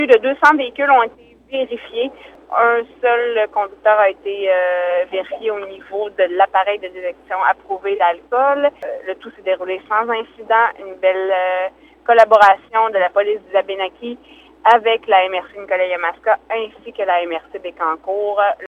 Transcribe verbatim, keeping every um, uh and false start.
Plus de deux cents véhicules ont été vérifiés. Un seul conducteur a été euh, vérifié au niveau de l'appareil de détection approuvé d'alcool. Euh, le tout s'est déroulé sans incident. Une belle euh, collaboration de la police d'Abénaquis avec la M R C Nicolet-Yamaska ainsi que la M R C Bécancour.